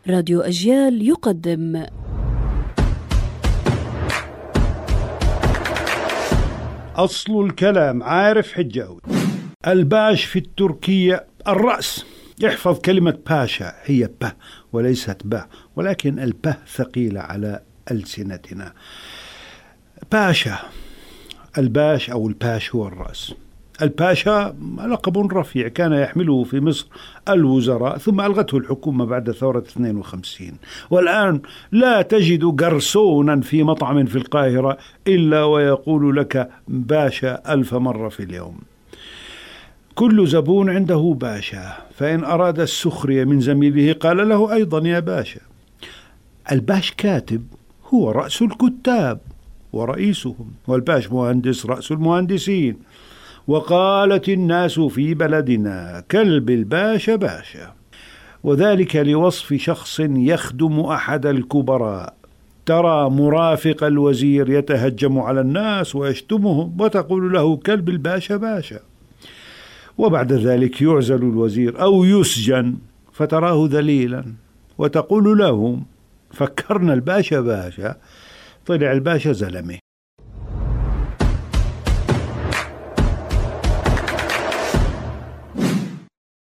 راديو أجيال يقدم أصل الكلام. عارف حجاوي. الباش في التركية الرأس. احفظ كلمة باشا، هي ب وليست ب، ولكن الب ثقيلة على ألسنتنا. باشا، الباش أو الباش هو الرأس. الباشا لقب رفيع كان يحمله في مصر الوزراء، ثم ألغته الحكومة بعد ثورة 52. والآن لا تجد قرصونا في مطعم في القاهرة إلا ويقول لك باشا 1000 مرة في اليوم. كل زبون عنده باشا، فإن أراد السخرية من زميله قال له أيضا يا باشا. الباش كاتب هو رأس الكتاب ورئيسهم، والباش مهندس رأس المهندسين. وقالت الناس في بلدنا كلب الباشا باشا، وذلك لوصف شخص يخدم أحد الكبراء. ترى مرافق الوزير يتهجم على الناس ويشتمهم وتقول له كلب الباشا باشا، وبعد ذلك يعزل الوزير أو يسجن فتراه ذليلا وتقول لهم فكرنا الباشا باشا، طلع الباشا زلمه.